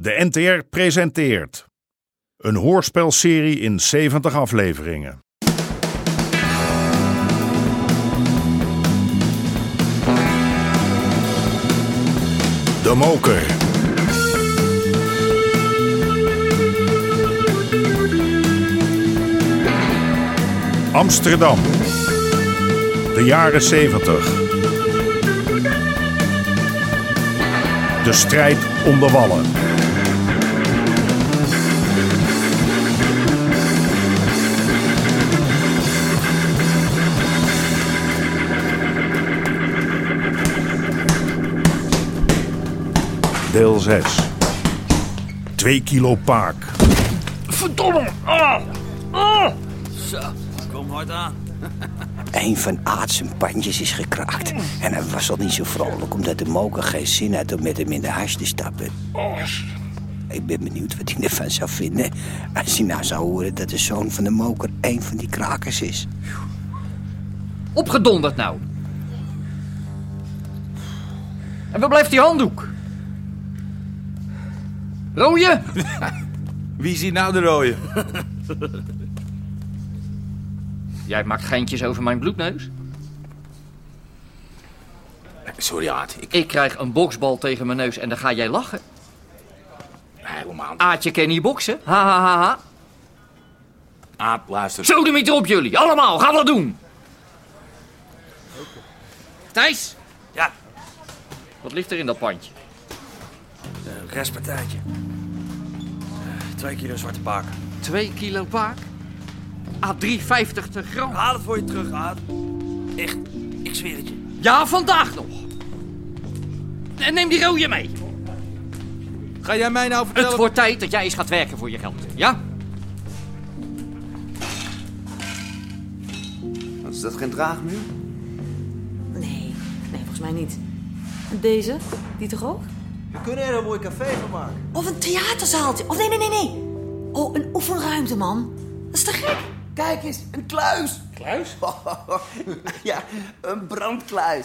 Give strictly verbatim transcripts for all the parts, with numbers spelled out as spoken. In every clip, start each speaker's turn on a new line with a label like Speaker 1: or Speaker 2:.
Speaker 1: De N T R presenteert een hoorspelserie in zeventig afleveringen. De Moker. Amsterdam. De jaren zeventig. De strijd om de wallen. Deel zes. Twee kilo paak.
Speaker 2: Verdomme! Ah! Ah! Zo, kom hard aan.
Speaker 3: Een van Aad zijn pandjes is gekraakt. En hij was al niet zo vrolijk omdat de moker geen zin had om met hem in de hash te stappen. Ik ben benieuwd wat hij ervan zou vinden als hij nou zou horen dat de zoon van de moker een van die krakers is.
Speaker 2: Opgedonderd nou. En waar blijft die handdoek? Rooie?
Speaker 4: Wie is hier nou de rooie?
Speaker 2: Jij maakt geintjes over mijn bloedneus?
Speaker 4: Sorry, Aad. Ik...
Speaker 2: Ik krijg een boksbal tegen mijn neus en dan ga jij lachen.
Speaker 4: Helemaal.
Speaker 2: Aadje kan niet boksen. Ha, ha, ha, ha.
Speaker 4: Aad, luister.
Speaker 2: Sodemieter op jullie. Allemaal, ga wat doen. Thijs?
Speaker 4: Ja.
Speaker 2: Wat ligt er in dat pandje?
Speaker 5: Een restpartijtje. Twee kilo zwarte paak.
Speaker 2: Twee kilo paak? A drie vijftig te gram.
Speaker 5: Haal het voor je terug, Aad. Echt, ik zweer het je.
Speaker 2: Ja, vandaag nog. En neem die rode mee.
Speaker 4: Ga jij mij nou vertellen...
Speaker 2: Het wordt tijd dat jij eens gaat werken voor je geld. Ja?
Speaker 6: Is dat geen draagmuur?
Speaker 7: Nee, nee, volgens mij niet. En deze? Die toch ook?
Speaker 6: We kunnen er een mooi café van maken.
Speaker 7: Of een theaterzaaltje. Of nee, nee, nee, nee. Oh, een oefenruimte, man. Dat is te gek.
Speaker 6: Kijk eens, een kluis.
Speaker 2: Kluis?
Speaker 6: Ja, een brandkluis.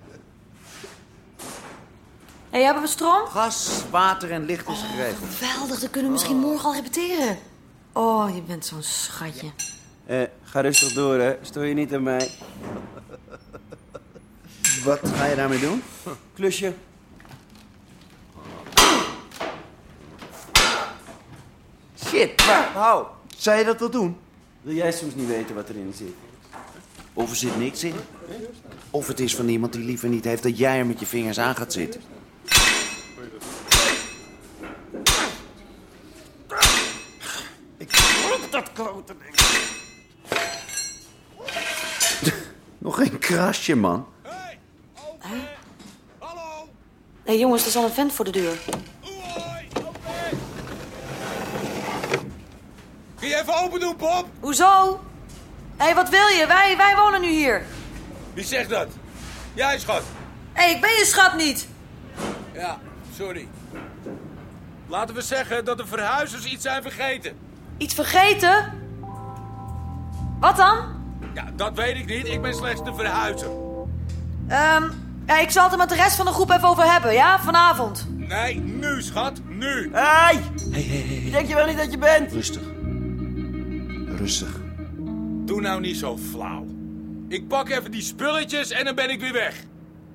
Speaker 7: Hé, hey, hebben we stroom?
Speaker 6: Gas, water en licht is geregeld.
Speaker 7: Geweldig, dan kunnen we misschien morgen al repeteren. Oh, je bent zo'n schatje.
Speaker 6: Eh, ga rustig door, hè. Stoor je niet aan mij. Wat ga je daarmee doen? Klusje. Shit, waar? Hou. Zou je dat wel doen? Wil jij soms niet weten wat erin zit? Of er zit niks in. Of het is van iemand die liever niet heeft dat jij er met je vingers aan gaat zitten. Ik hoop dat klote ding. Nog een krasje, man.
Speaker 7: Hé, hey, jongens, er is al een vent voor de deur.
Speaker 4: Kun je even open doen, Bob?
Speaker 7: Hoezo? Hé, hey, wat wil je? Wij, wij wonen nu hier.
Speaker 4: Wie zegt dat? Jij, schat.
Speaker 7: Hé, hey, ik ben je schat niet.
Speaker 4: Ja, sorry. Laten we zeggen dat de verhuizers iets zijn vergeten.
Speaker 7: Iets vergeten? Wat dan?
Speaker 4: Ja, dat weet ik niet. Ik ben slechts de verhuizer.
Speaker 7: Ehm, ja, ik zal het er met de rest van de groep even over hebben, ja? Vanavond.
Speaker 4: Nee, nu, schat. Nu.
Speaker 6: Hey! Hey, hey, hey. Denk je wel niet dat je bent? Rustig. Rustig.
Speaker 4: Doe nou niet zo flauw. Ik pak even die spulletjes en dan ben ik weer weg.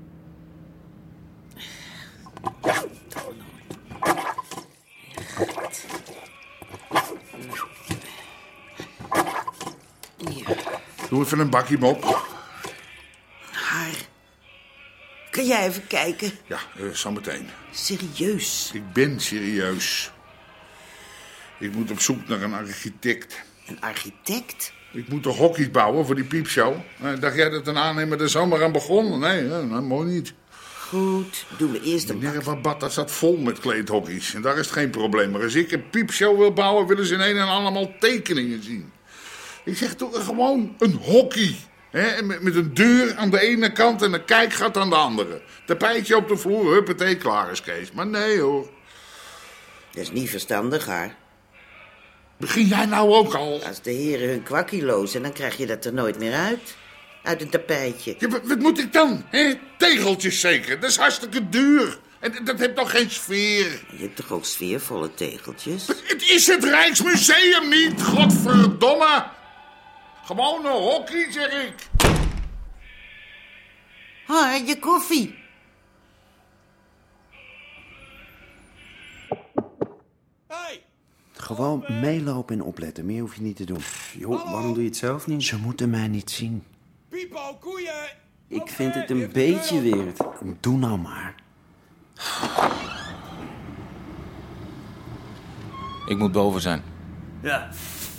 Speaker 8: Doe even een bakje, Bob.
Speaker 3: Haar. Kan jij even kijken?
Speaker 8: Ja, uh, zometeen.
Speaker 3: Serieus.
Speaker 8: Ik ben serieus. Ik moet op zoek naar een architect.
Speaker 3: Een architect?
Speaker 8: Ik moet toch hokjes bouwen voor die piepshow? Uh, dacht jij dat een aannemer er zomaar aan begon? Nee, uh, nou, mooi niet.
Speaker 3: Goed, doen we eerst een
Speaker 8: Meneer Van Batta staat vol met kleedhokjes. En daar is het geen probleem. Maar als ik een piepshow wil bouwen, willen ze in een en allemaal tekeningen zien. Ik zeg toch gewoon een hockey. Hè? Met, met een deur aan de ene kant en een kijkgat aan de andere. Tapijtje op de vloer, huppatee, klaar is Kees. Maar nee hoor.
Speaker 3: Dat is niet verstandig, haar.
Speaker 8: Begin jij nou ook al?
Speaker 3: Als de heren hun kwakkie lozen, dan krijg je dat er nooit meer uit. Uit een tapijtje.
Speaker 8: Ja, wat, wat moet ik dan? Hè? Tegeltjes zeker, dat is hartstikke duur. En dat heeft toch geen sfeer?
Speaker 9: Je hebt toch ook sfeervolle tegeltjes?
Speaker 8: Het is het Rijksmuseum niet, godverdomme! Gewoon een hockey, zeg ik.
Speaker 9: Ha, je koffie.
Speaker 4: Hey!
Speaker 6: Gewoon meelopen en opletten. Meer hoef je niet te doen.
Speaker 3: Joh, waarom doe je het zelf niet?
Speaker 6: Ze moeten mij niet zien.
Speaker 4: Pipo, koeien!
Speaker 3: Ik vind het een beetje weird.
Speaker 6: Doe nou maar.
Speaker 5: Ik moet boven zijn. Ja.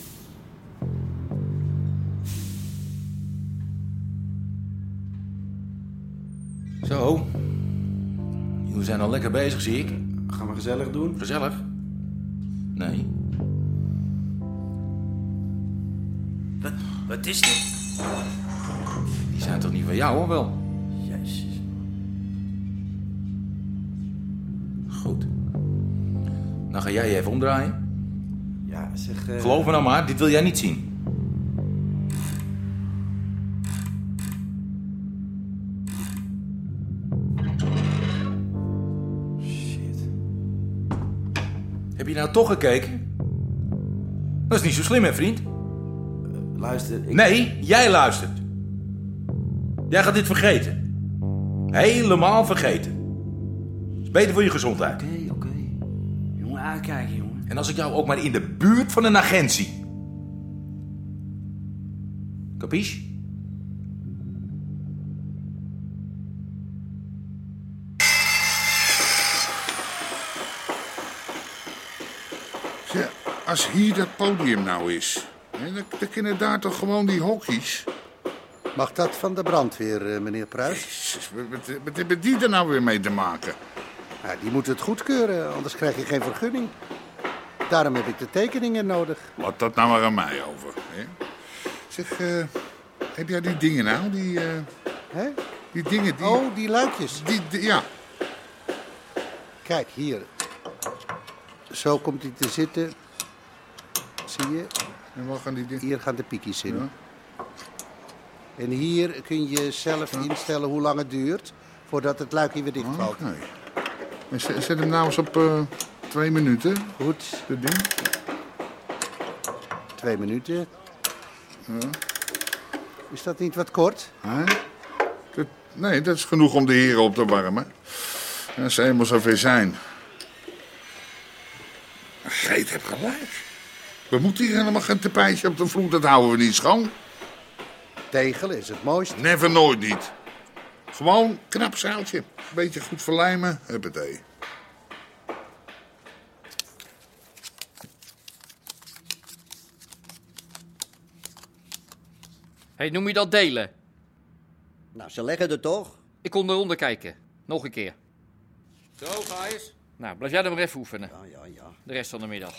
Speaker 5: Zo. Jullie zijn al lekker bezig, zie ik.
Speaker 3: Gaan we gezellig doen?
Speaker 5: Gezellig? Nee. Wat, wat is dit? Die zijn toch niet van jou, hoor wel?
Speaker 3: Jezus.
Speaker 5: Goed. Dan ga jij je even omdraaien.
Speaker 3: Ja, zeg... Uh...
Speaker 5: Geloof me nou maar, dit wil jij niet zien.
Speaker 3: Shit.
Speaker 5: Heb je nou toch gekeken? Dat is niet zo slim, hè, vriend?
Speaker 3: Uh, luister, ik...
Speaker 5: Nee, jij luistert. Jij gaat dit vergeten. Helemaal vergeten. Dat is beter voor je gezondheid.
Speaker 3: Oké, okay, oké. Okay.
Speaker 5: Jongen, uitkijken, jongen. En als ik jou ook maar in de buurt van een agent zie. Capiche?
Speaker 8: Ja, als hier dat podium nou is, hè, dan, dan kunnen daar toch gewoon die hockey's.
Speaker 10: Mag dat van de brandweer, uh, meneer Pruis?
Speaker 8: Jezus, wat, wat hebben die er nou weer mee te maken?
Speaker 10: Ja, die moeten het goedkeuren, anders krijg je geen vergunning. Daarom heb ik de tekeningen nodig.
Speaker 8: Laat dat nou maar aan mij over. Hè? Zeg, uh, heb jij die dingen nou? Die, uh,
Speaker 10: Hè?
Speaker 8: die dingen die...
Speaker 10: Oh, die luikjes.
Speaker 8: Die, die, ja.
Speaker 10: Kijk, hier. Zo komt hij te zitten. Zie je?
Speaker 8: En waar gaan die dingen?
Speaker 10: Hier gaan de piekjes in.
Speaker 8: Ja.
Speaker 10: En hier kun je zelf ja. instellen hoe lang het duurt voordat het luikje weer dichtvalt.
Speaker 8: Oh, okay. En zet, zet hem nou eens op uh, twee minuten.
Speaker 10: Goed.
Speaker 8: Dat ding.
Speaker 10: Twee minuten.
Speaker 8: Ja.
Speaker 10: Is dat niet wat kort?
Speaker 8: Hè? Dat, nee, dat is genoeg om de heren op te warmen. En als ze eenmaal zover zijn. Geet heb gelijk. We moeten hier helemaal geen tapijtje op de vloer, dat houden we niet schoon.
Speaker 10: Tegelen is het mooist.
Speaker 8: Never nooit niet. Gewoon knap zeiltje. Beetje goed verlijmen. Huppatee.
Speaker 2: Hey, noem je dat delen?
Speaker 11: Nou, ze leggen er toch?
Speaker 2: Ik kon eronder kijken. Nog een keer.
Speaker 4: Zo, ga eens.
Speaker 2: Nou, blijf jij dan maar even oefenen.
Speaker 11: Ja, ja, ja.
Speaker 2: De rest van de middag.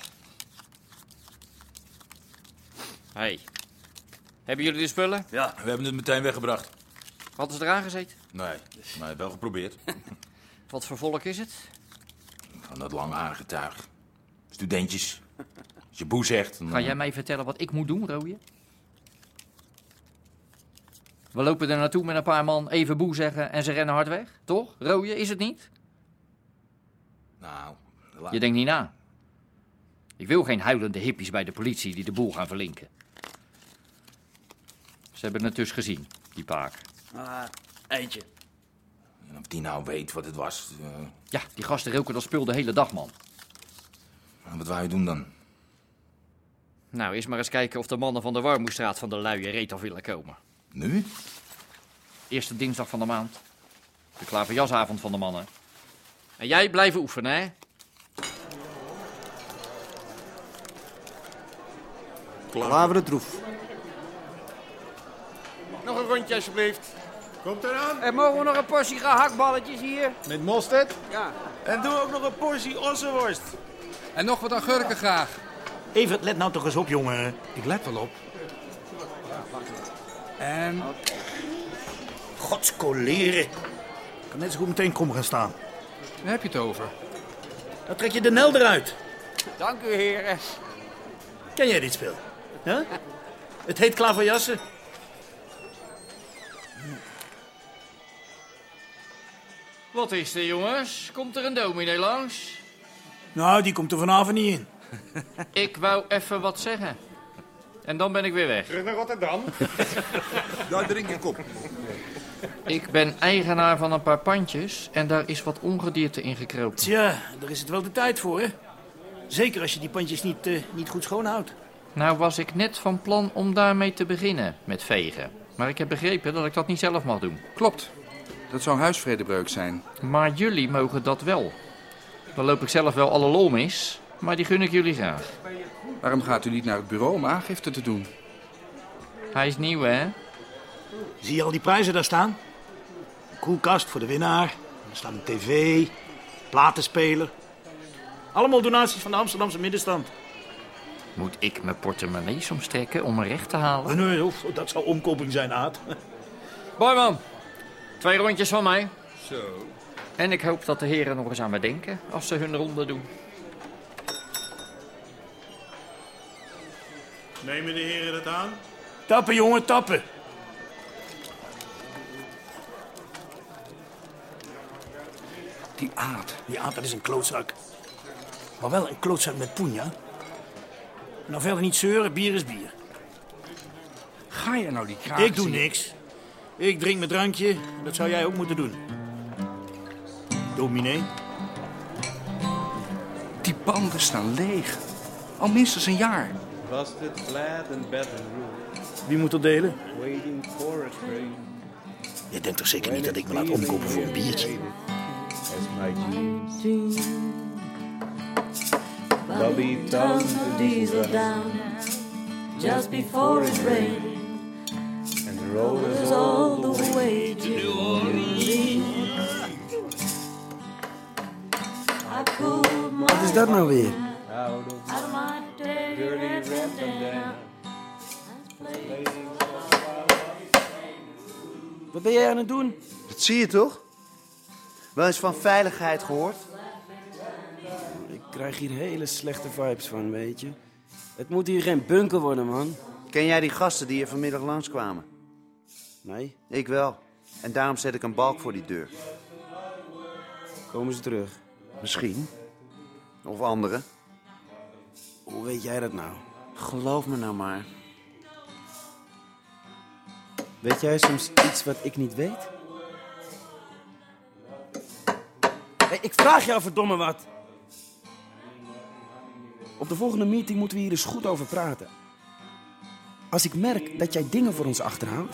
Speaker 2: Hey. Hebben jullie de spullen?
Speaker 5: Ja, we hebben het meteen weggebracht.
Speaker 2: Hadden ze eraan gezeten?
Speaker 5: Nee, maar wel geprobeerd.
Speaker 2: Wat voor volk is het?
Speaker 5: Van dat lange aangetuig. Studentjes. Als je boe zegt... Dan...
Speaker 2: Ga jij mij vertellen wat ik moet doen, Rooie? We lopen er naartoe met een paar man, even boe zeggen en ze rennen hard weg. Toch? Rooie, is het niet?
Speaker 5: Nou...
Speaker 2: La... Je denkt niet na. Ik wil geen huilende hippies bij de politie die de boel gaan verlinken. Ze hebben het dus gezien, die paak.
Speaker 5: Ah, eentje. En of die nou weet wat het was... Uh...
Speaker 2: Ja, die gasten roken dat spul de hele dag, man.
Speaker 5: En wat wou je doen dan?
Speaker 2: Nou, eerst maar eens kijken of de mannen van de Warmoestraat van de luie reet af willen komen.
Speaker 5: Nu?
Speaker 2: Eerste dinsdag van de maand. De klaverjasavond van de mannen. En jij blijven oefenen, hè?
Speaker 10: Klaveren troef.
Speaker 4: Nog een rondje, alsjeblieft.
Speaker 12: Komt eraan.
Speaker 13: En mogen we nog een portie gehaktballetjes hier?
Speaker 12: Met mosterd?
Speaker 13: Ja.
Speaker 12: En doe ook nog een portie ossenworst.
Speaker 4: En nog wat agurken graag.
Speaker 12: Evert, let nou toch eens op, jongen.
Speaker 4: Ik let wel op. En...
Speaker 12: Godskoleren. Ik kan net zo goed meteen krom gaan staan.
Speaker 4: Waar heb je het over?
Speaker 12: Dan trek je de nel eruit.
Speaker 13: Dank u, heren.
Speaker 12: Ken jij dit spel? Ja? Het heet klaverjassen.
Speaker 2: Wat is er, jongens? Komt er een dominee langs?
Speaker 12: Nou, die komt er vanavond niet in.
Speaker 2: Ik wou even wat zeggen. En dan ben ik weer weg.
Speaker 14: Terug naar Rotterdam.
Speaker 5: Daar drink ik op.
Speaker 2: Ik ben eigenaar van een paar pandjes en daar is wat ongedierte in gekropen.
Speaker 12: Tja, daar is het wel de tijd voor, hè? Zeker als je die pandjes niet, uh, niet goed schoonhoudt.
Speaker 2: Nou was ik net van plan om daarmee te beginnen, met vegen. Maar ik heb begrepen dat ik dat niet zelf mag doen.
Speaker 15: Klopt. Dat zou huisvredebreuk zijn.
Speaker 2: Maar jullie mogen dat wel. Dan loop ik zelf wel alle lol mis, maar die gun ik jullie graag.
Speaker 15: Waarom gaat u niet naar het bureau om aangifte te doen?
Speaker 2: Hij is nieuw, hè?
Speaker 12: Zie je al die prijzen daar staan? Een koelkast voor de winnaar. Er staat een tv, platenspeler. Allemaal donaties van de Amsterdamse middenstand.
Speaker 2: Moet ik mijn portemonnee soms trekken om me recht te halen?
Speaker 12: Nee, nee, dat zou omkoping zijn, Aad.
Speaker 2: Boyman, twee rondjes van mij.
Speaker 5: Zo.
Speaker 2: En ik hoop dat de heren nog eens aan me denken als ze hun ronde doen.
Speaker 14: Nemen de heren het aan?
Speaker 12: Tappen, jongen, tappen.
Speaker 15: Die Aad.
Speaker 12: Die Aad, dat is een klootzak. Maar wel een klootzak met poen, ja? Nou, verder niet zeuren, bier is bier.
Speaker 15: Ga je nou die kraak
Speaker 12: Ik doe
Speaker 15: zien?
Speaker 12: niks. Ik drink mijn drankje. Dat zou jij ook moeten doen. Dominee?
Speaker 15: Die panden staan leeg. Al minstens een jaar.
Speaker 16: Busted flat and bedroom.
Speaker 12: Wie moet er delen?
Speaker 16: Waiting for a train.
Speaker 12: Je denkt toch zeker niet dat ik me laat omkopen voor een biertje?
Speaker 16: As my jeans. Bobby turned the diesel down just before it rained. And the road is all the way to New Orleans.
Speaker 11: Wat is dat nou weer?
Speaker 16: Out of my dirty red bandana.
Speaker 11: Wat ben jij aan het doen?
Speaker 6: Dat zie je toch? Wel eens van veiligheid gehoord?
Speaker 11: Ik krijg hier hele slechte vibes van, weet je. Het moet hier geen bunker worden, man.
Speaker 6: Ken jij die gasten die hier vanmiddag langskwamen?
Speaker 11: Nee.
Speaker 6: Ik wel. En daarom zet ik een balk voor die deur.
Speaker 11: Komen ze terug?
Speaker 6: Misschien. Of anderen.
Speaker 11: Hoe weet jij dat nou?
Speaker 6: Geloof me nou maar.
Speaker 11: Weet jij soms iets wat ik niet weet? Hey, ik vraag jou verdomme wat. Op de volgende meeting moeten we hier eens goed over praten. Als ik merk dat jij dingen voor ons achterhoudt...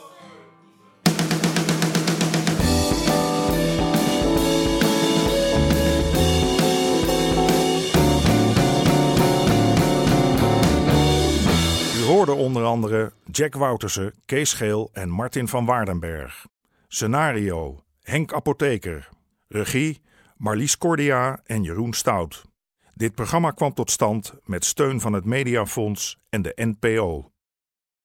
Speaker 1: U hoorde onder andere Jack Woutersen, Kees Geel en Martin van Waardenberg. Scenario: Henk Apotheker. Regie: Marlies Cordia en Jeroen Stout. Dit programma kwam tot stand met steun van het Mediafonds en de N P O.